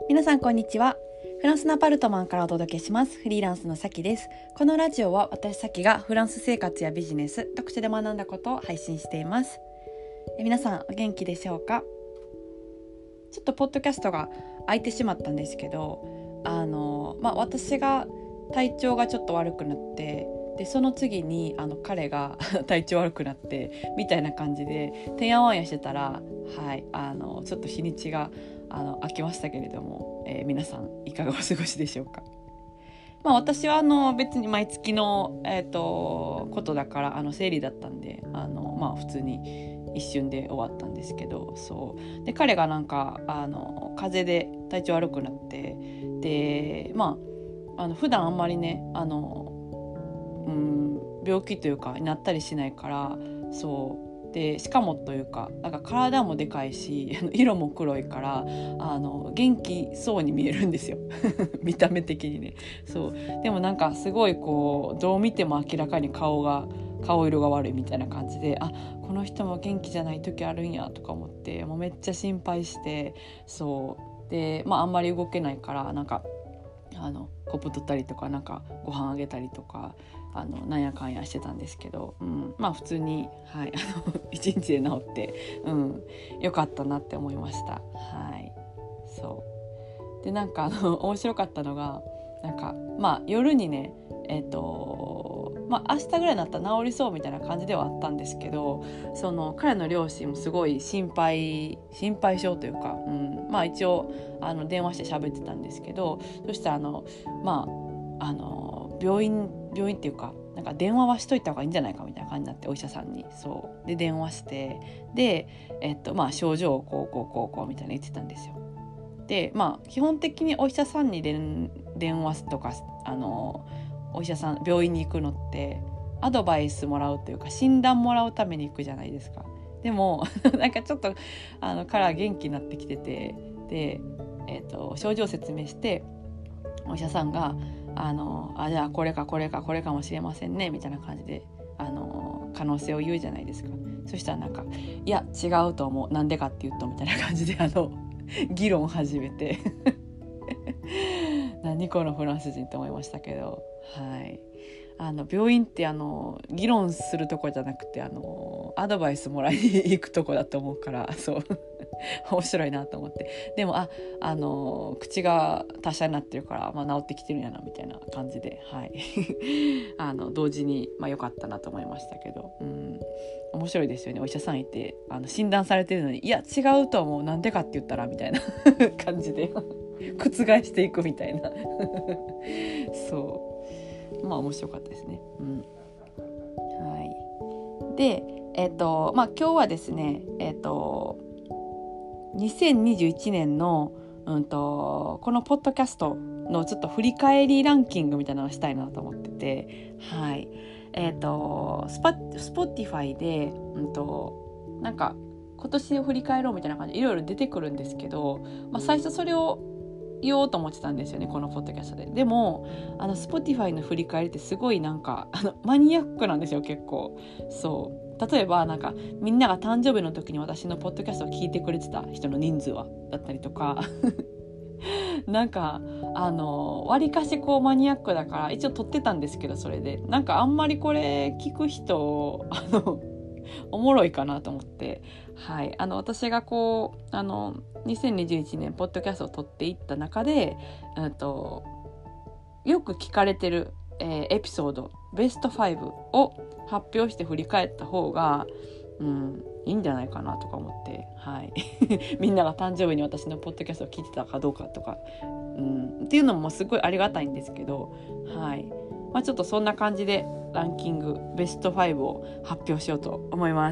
皆さんこんにちは。フランスのアパルトマンからお届けします。フリーランスのさきです。このラジオは私さきがフランス生活やビジネス、読書で学んだことを配信しています。皆さんお元気でしょうか？ちょっとポッドキャストが空いてしまったんですけど、私が体調がちょっと悪くなって、でその次に彼が体調悪くなってみたいな感じでてんやわんやしてたら、ちょっと日にちが空きましたけれども、皆さんいかがお過ごしでしょうか？私は別に毎月の、ことだから生理だったんで普通に一瞬で終わったんですけど、そうで彼がなんか風邪で体調悪くなって、で普段あんまりね病気というかになったりしないから、そうでしかもというか、なんか体もでかいし色も黒いから元気そうに見えるんですよ見た目的にね。そうでもなんかすごいこうどう見ても明らかに顔色が悪いみたいな感じで、この人も元気じゃない時あるんやとか思って、もうめっちゃ心配して、そうであんまり動けないからなんかコップ取ったりとか、なんかご飯あげたりとかなんやかんやしてたんですけど、普通に、一日で治って、よかったなって思いました。そうでなんか面白かったのが、なんか夜にね明日ぐらいになったら治りそうみたいな感じではあったんですけど、その彼の両親もすごい心配性というか、一応電話して喋ってたんですけど、そしたら病院っていうか、なんか電話はしといた方がいいんじゃないかみたいな感じになって、お医者さんにそうで電話して、で症状をこうみたいな言ってたんですよ。で基本的にお医者さんに電話とかお医者さん病院に行くのってアドバイスもらうというか診断もらうために行くじゃないですか。でもなんかちょっと彼は元気になってきてて、で、症状を説明して、お医者さんがじゃあこれかもしれませんねみたいな感じで可能性を言うじゃないですか。そしたらなんかいや違うと思う、なんでかっていうとみたいな感じで議論を始めて何このフランス人と思いましたけど、病院って議論するとこじゃなくてアドバイスもらいに行くとこだと思うから、そう面白いなと思って、でも口が達者になってるから、治ってきてるんやなみたいな感じで、同時に良かったなと思いましたけど、面白いですよね。お医者さんいて診断されてるのに、いや違うと思う、なんでかって言ったらみたいな感じで覆していくみたいなそう面白かったですね。で今日はですね2021年のこのポッドキャストのちょっと振り返りランキングみたいなのをしたいなと思ってて、Spotify でなんか今年を振り返ろうみたいな感じでいろいろ出てくるんですけど、最初それを言おうと思ってたんですよね、このポッドキャストで。でもSpotify の振り返りってすごいなんかマニアックなんですよ、結構。そう例えばなんかみんなが誕生日の時に私のポッドキャストを聞いてくれてた人の人数はだったりとかなんかわりかしこうマニアックだから一応撮ってたんですけど、それでなんかあんまりこれ聞く人おもろいかなと思って、私がこう2021年ポッドキャストを撮っていった中でよく聞かれてる、エピソードベスト5を発表して振り返った方がいいんじゃないかなとか思って、みんなが誕生日に私のポッドキャストを聞いてたかどうかとか、っていうのもすごいありがたいんですけど、ちょっとそんな感じでランキングベスト5を発表しようと思います。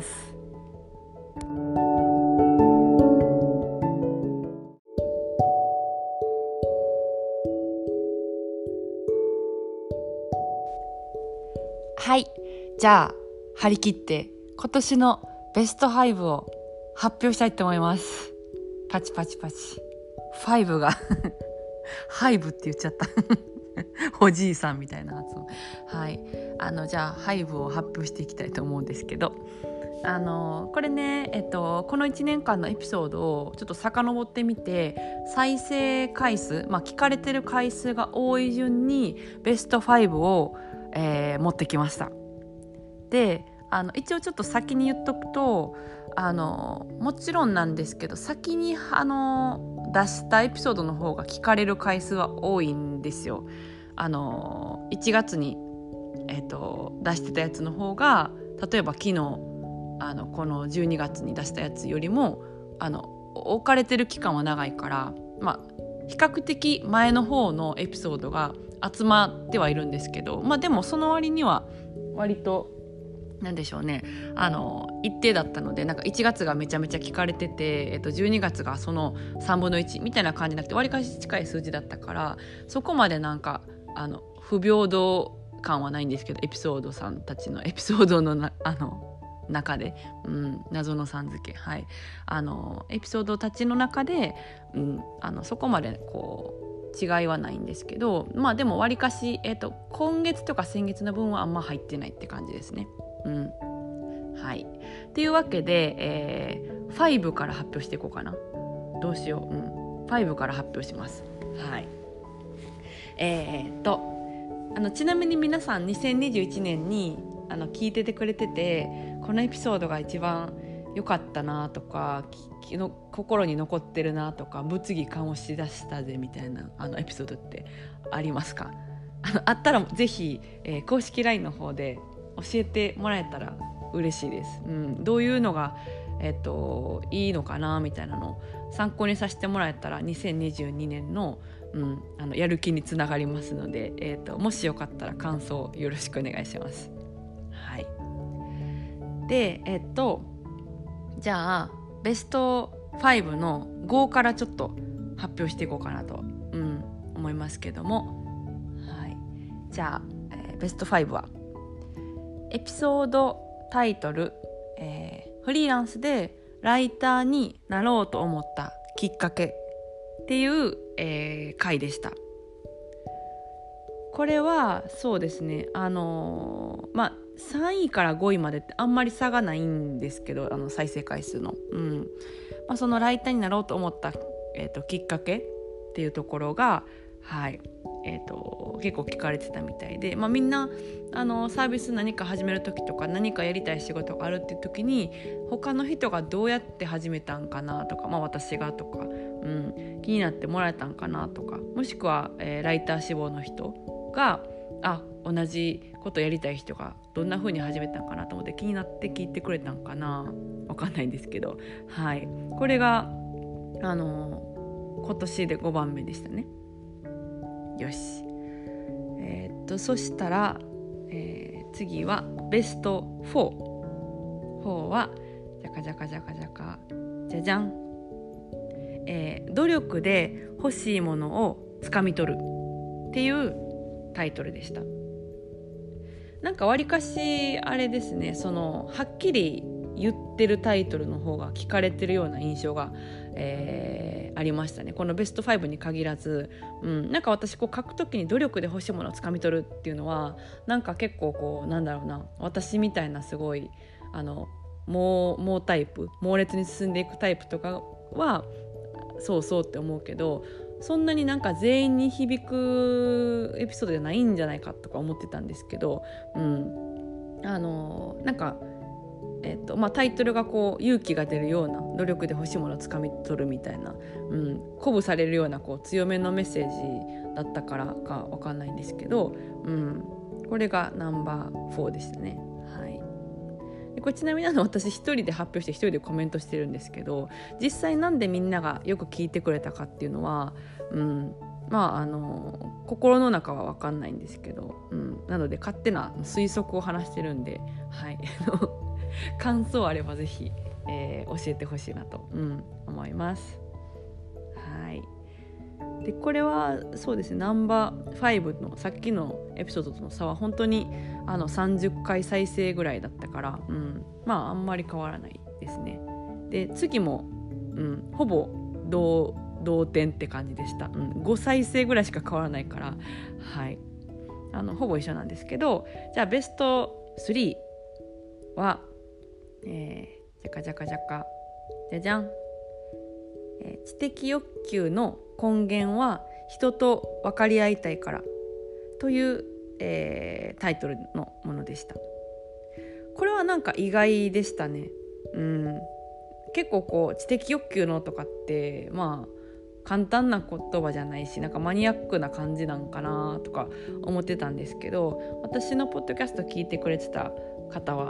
じゃあ張り切って今年のベスト5を発表したいと思います。パチパチパチ5がハイブって言っちゃったおじいさんみたいな発音。じゃあ5を発表していきたいと思うんですけど、 これね、この1年間のエピソードをちょっと遡ってみて、再生回数、聞かれてる回数が多い順にベスト5を、持ってきました。で、一応ちょっと先に言っとくと、もちろんなんですけど、先に出したエピソードの方が聞かれる回数は多いんですよ。1月に、出してたやつの方が、例えば昨日この12月に出したやつよりも置かれてる期間は長いから、比較的前の方のエピソードが集まってはいるんですけど、でもその割には割となんでしょうね、一定だったので、なんか1月がめちゃめちゃ聞かれてて、12月がその3分の1みたいな感じじゃなくて、割りかし近い数字だったから、そこまでなんか不平等感はないんですけど、エピソードさんたちのエピソードの中で、謎のさん付け、はい、エピソードたちの中で、そこまでこう違いはないんですけど、でもわりかし、今月とか先月の分はあんま入ってないって感じですね。はい。っていうわけで、5から発表していこうかな。どうしよう。5から発表します。はい。ちなみに皆さん2021年に聞いててくれてて、このエピソードが一番良かったなとか、心に残ってるなとか、物議醸し出したぜみたいなエピソードってありますか？あったらぜひ、公式 LINE の方で教えてもらえたら嬉しいです。どういうのが、いいのかなみたいなのを参考にさせてもらえたら2022年の、やる気につながりますので、もしよかったら感想よろしくお願いします。はい。で、じゃあベスト5の5からちょっと発表していこうかなと、思いますけども、はい。じゃあ、ベスト5はエピソードタイトル、フリーランスでライターになろうと思ったきっかけっていう、回でした。これはそうですね、3位から5位までってあんまり差がないんですけど、再生回数の、そのライターになろうと思った、きっかけっていうところが、はい、結構聞かれてたみたいで、みんなサービス何か始める時とか、何かやりたい仕事があるっていう時に、他の人がどうやって始めたんかなとか、私がとか、気になってもらえたんかなとか、もしくは、ライター志望の人が同じことやりたい人がどんな風に始めたんかなと思って気になって聞いてくれたんかな、わかんないんですけど、はい、これが今年で5番目でしたね。よし。そしたら、次はベスト4はじゃかじゃかじゃかじゃかじゃじゃん、努力で欲しいものをつかみ取るっていうタイトルでした。なんかわりかしあれですね、はっきり言ってるタイトルの方が聞かれてるような印象が、ありましたね。このベスト5に限らず、なんか私書くときに努力で欲しいものをつかみ取るっていうのは、なんか結構私みたいなすごい猛タイプ、猛烈に進んでいくタイプとかはそうって思うけど、そんなになんか全員に響くエピソードじゃないんじゃないかとか思ってたんですけど、なんかタイトルがこう勇気が出るような、努力で欲しいものをつかみ取るみたいな、鼓舞されるようなこう強めのメッセージだったからかわかんないんですけど、これがナンバー4でしたね。はい。でこれちなみに私一人で発表して一人でコメントしてるんですけど、実際なんでみんながよく聞いてくれたかっていうのは、心の中は分かんないんですけど、なので勝手な推測を話してるんで、はい感想あればぜひ、教えてほしいなと、思います。はい。でこれはそうですね、ナンバー5のさっきのエピソードとの差は本当に30回再生ぐらいだったから、あんまり変わらないですね。で次も、ほぼ同点って感じでした。5再生ぐらいしか変わらないから、はい、ほぼ一緒なんですけど、じゃあベスト3はじゃかじゃかじゃかじゃじゃん、知的欲求の根源は人と分かり合いたいからという、タイトルのものでした。これはなんか意外でしたね。結構こう知的欲求のとかってまあ簡単な言葉じゃないし、なんかマニアックな感じなんかなとか思ってたんですけど、私のポッドキャスト聞いてくれてた方は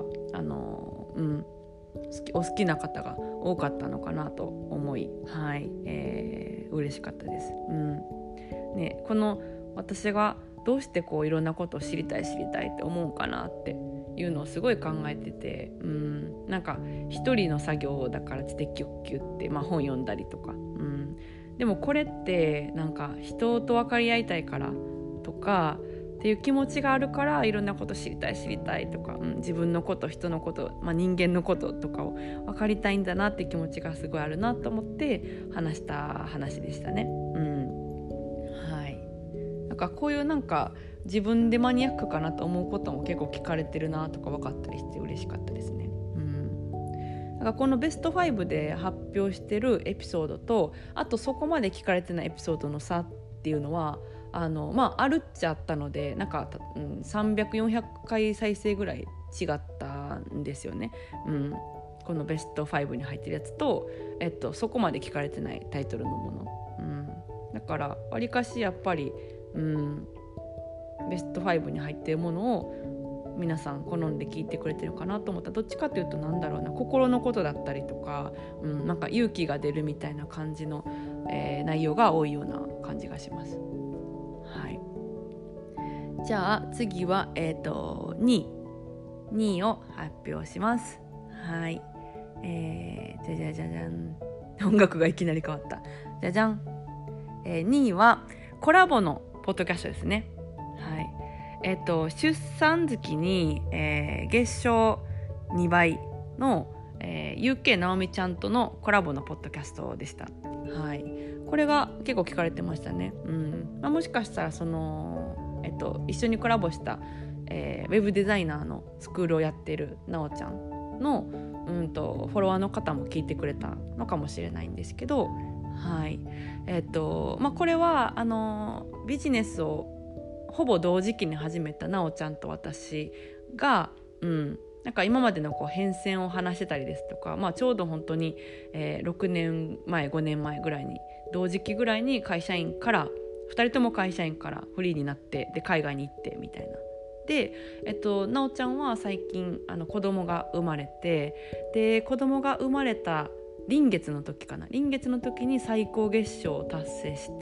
お好きな方が多かったのかなと思い、はい、嬉しかったです。ね、この私がどうしてこういろんなことを知りたいって思うかなっていうのをすごい考えてて、なんか一人の作業だから知的欲求って、本読んだりとか、でもこれってなんか人と分かり合いたいからとかっていう気持ちがあるからいろんなこと知りたいとか、自分のこと人のこと、人間のこととかを分かりたいんだなって気持ちがすごいあるなと思って話した話でしたね。はい。なんかこういうなんか自分でマニアックかなと思うことも結構聞かれてるなとか分かったりして嬉しかったですね。なんかこのベスト5で発表してるエピソードと、あとそこまで聞かれてないエピソードの差っていうのはあるっちゃあったので、なんか、300、400回再生ぐらい違ったんですよね。このベスト5に入ってるやつと、そこまで聞かれてないタイトルのもの、だからわりかしやっぱり、ベスト5に入ってるものを皆さん好んで聞いてくれてるかなと思ったら、どっちかというと心のことだったりとか、なんか勇気が出るみたいな感じの、内容が多いような感じがします。はい、じゃあ次は、2位を発表します。はい、じゃじゃじゃじゃん、音楽がいきなり変わった。じゃじゃん、2位はコラボのポッドキャストですね。はい、出産月に、月賞2倍の、UK 直美ちゃんとのコラボのポッドキャストでした。はい、これが結構聞かれてましたね。もしかしたらその、一緒にコラボした、ウェブデザイナーのスクールをやっているなおちゃんの、フォロワーの方も聞いてくれたのかもしれないんですけど、はい、これはビジネスをほぼ同時期に始めたなおちゃんと私が、なんか今までのこう変遷を話してたりですとか、ちょうど本当に、6年前5年前ぐらいに同時期ぐらいに2人とも会社員からフリーになって、で海外に行ってみたいな。で、なおちゃんは最近子供が生まれて、で子供が生まれた臨月の時に最高月賞を達成して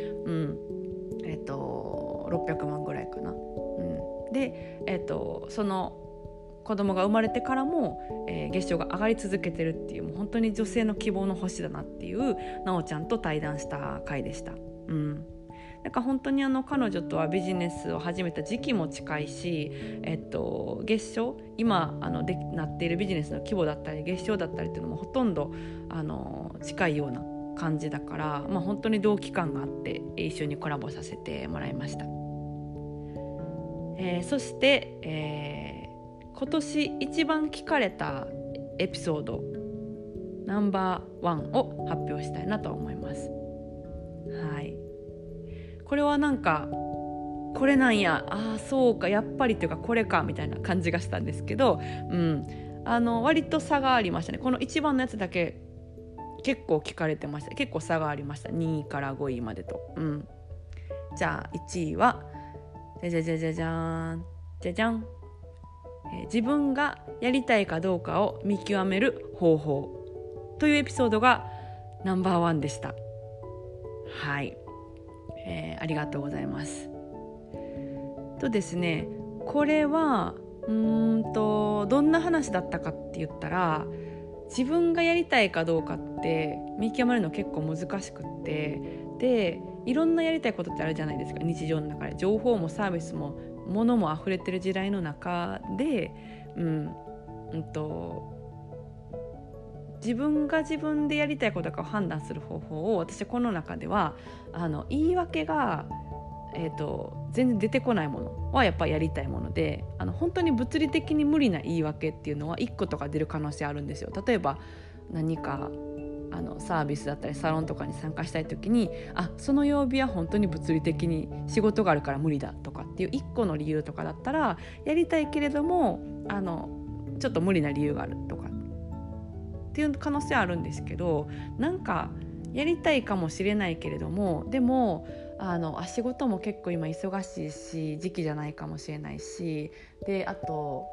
、600万ぐらいかな。で、その子供が生まれてからも、月賞が上がり続けてるっていう、もう本当に女性の希望の星だなっていうなおちゃんと対談した回でした。なんか本当に彼女とはビジネスを始めた時期も近いし、月賞今なっているビジネスの規模だったり月賞だったりっていうのもほとんど近いような感じだから、本当に同期感があって一緒にコラボさせてもらいました。そして、今年一番聞かれたエピソードナンバー1を発表したいなと思います。はい、これはなんかこれなんや、そうかやっぱりというかこれかみたいな感じがしたんですけど、割と差がありましたね。この一番のやつだけ結構聞かれてました。結構差がありました。2位から5位までと。じゃあ1位はじゃじゃじゃじゃーんじゃじゃん、自分がやりたいかどうかを見極める方法というエピソードがナンバー1でした。はい、ありがとうございます。とですね、これはどんな話だったかって言ったら、自分がやりたいかどうかって見極めるの結構難しくって、でいろんなやりたいことってあるじゃないですか。日常の中で情報もサービスも物も溢れてる時代の中で、自分が自分でやりたいことかを判断する方法を、私この中では言い訳が、 全然出てこないものはやっぱりやりたいもので、本当に物理的に無理な言い訳っていうのは1個とか出る可能性あるんですよ。例えば何かサービスだったりサロンとかに参加したい時に、その曜日は本当に物理的に仕事があるから無理だとかっていう1個の理由とかだったらやりたいけれどもちょっと無理な理由があるとかっていう可能性はあるんですけど、なんかやりたいかもしれないけれども、でも仕事も結構今忙しいし時期じゃないかもしれないし、であと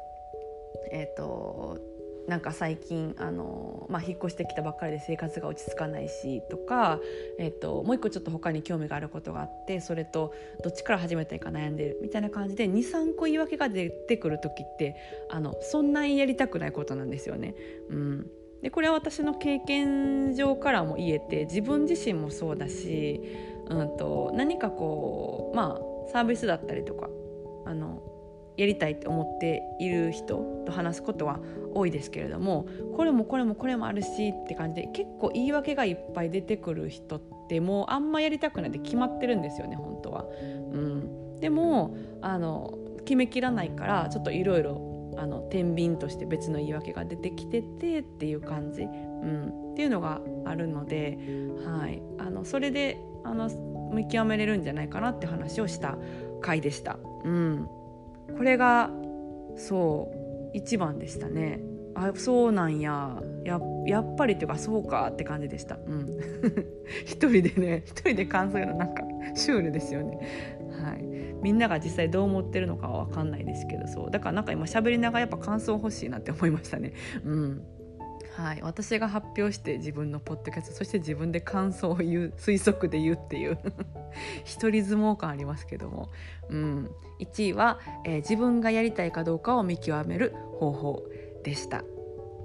なんか最近引っ越してきたばっかりで生活が落ち着かないしとか、もう一個ちょっと他に興味があることがあって、それとどっちから始めたいか悩んでるみたいな感じで 2,3 個言い訳が出てくる時ってそんなにやりたくないことなんですよね。でこれは私の経験上からも言えて、自分自身もそうだし、何かこうサービスだったりとかやりたいって思っている人と話すことは多いですけれども、これもこれもこれもあるしって感じで結構言い訳がいっぱい出てくる人ってもうあんまやりたくないって決まってるんですよね本当は。でも決めきらないからちょっといろいろ天秤として別の言い訳が出てきててっていう感じ、っていうのがあるので、それで見極めれるんじゃないかなって話をした回でした。これがそう一番でしたね。そうなんやっぱりっていうかそうかって感じでした。一人で感想言うのなんかシュールですよね。みんなが実際どう思ってるのかは分かんないですけど、そうだからなんか今喋りながらやっぱ感想欲しいなって思いましたね。私が発表して自分のポッドキャスト、そして自分で感想を言う、推測で言うっていう一人相撲感ありますけども、1位は、自分がやりたいかどうかを見極める方法でした。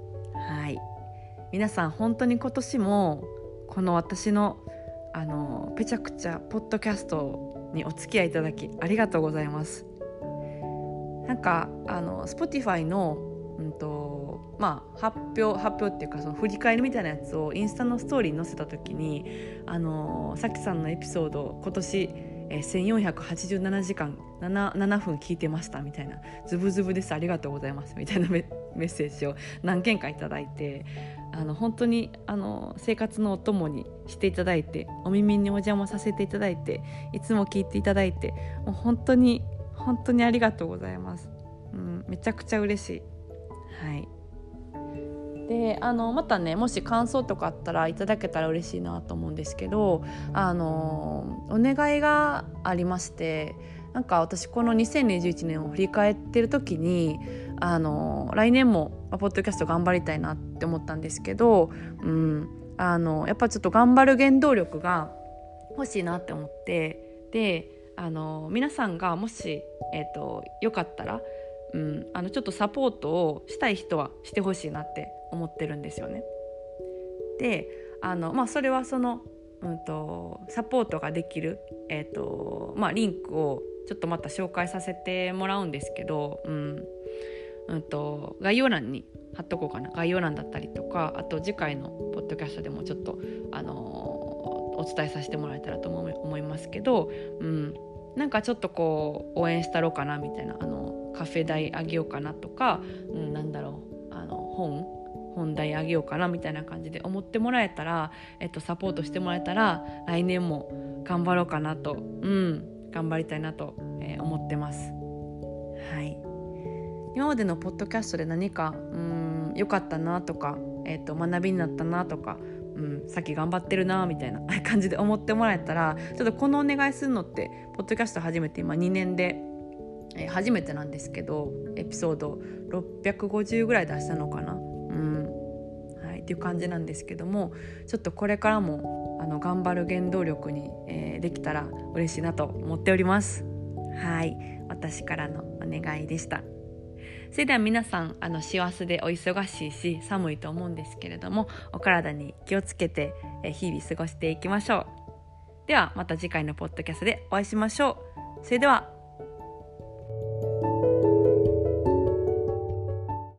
皆さん本当に今年もこの私のぺちゃくちゃポッドキャストにお付き合いいただきありがとうございます。なんかSpotify の発表っていうかその振り返りみたいなやつをインスタのストーリーに載せた時にさきさんのエピソード今年1487時間 7分聞いてましたみたいな、ズブズブですありがとうございますみたいなメッセージを何件かいただいて、本当に生活のお供にしていただいて、お耳にお邪魔させていただいて、いつも聞いていただいて、もう本当にありがとうございます。めちゃくちゃ嬉しい。でまたね、もし感想とかあったらいただけたら嬉しいなと思うんですけど、お願いがありまして、なんか私この2021年を振り返ってる時に来年もポッドキャスト頑張りたいなって思ったんですけど、やっぱちょっと頑張る原動力が欲しいなって思って、で皆さんがもし、よかったらちょっとサポートをしたい人はしてほしいなって思ってるんですよね。でそれはその、サポートができる、リンクをちょっとまた紹介させてもらうんですけど、概要欄に貼っとこうかな。概要欄だったりとか、あと次回のポッドキャストでもちょっと、お伝えさせてもらえたらと思いますけど、なんかちょっとこう応援したろうかなみたいな、カフェ代あげようかなとか、本題あげようかなみたいな感じで思ってもらえたら、サポートしてもらえたら来年も頑張ろうかなと、頑張りたいなと、思ってます。今までのポッドキャストで何か良かったなとか、学びになったなとか、さっき頑張ってるなみたいな感じで思ってもらえたら、ちょっとこのお願いするのってポッドキャスト始めて今2年で初めてなんですけど、エピソード650ぐらい出したのかな、っていう感じなんですけども、ちょっとこれからも頑張る原動力に、できたら嬉しいなと思っております。私からのお願いでした。それでは皆さん師走でお忙しいし寒いと思うんですけれども、お体に気をつけて日々過ごしていきましょう。ではまた次回のポッドキャストでお会いしましょう。それでは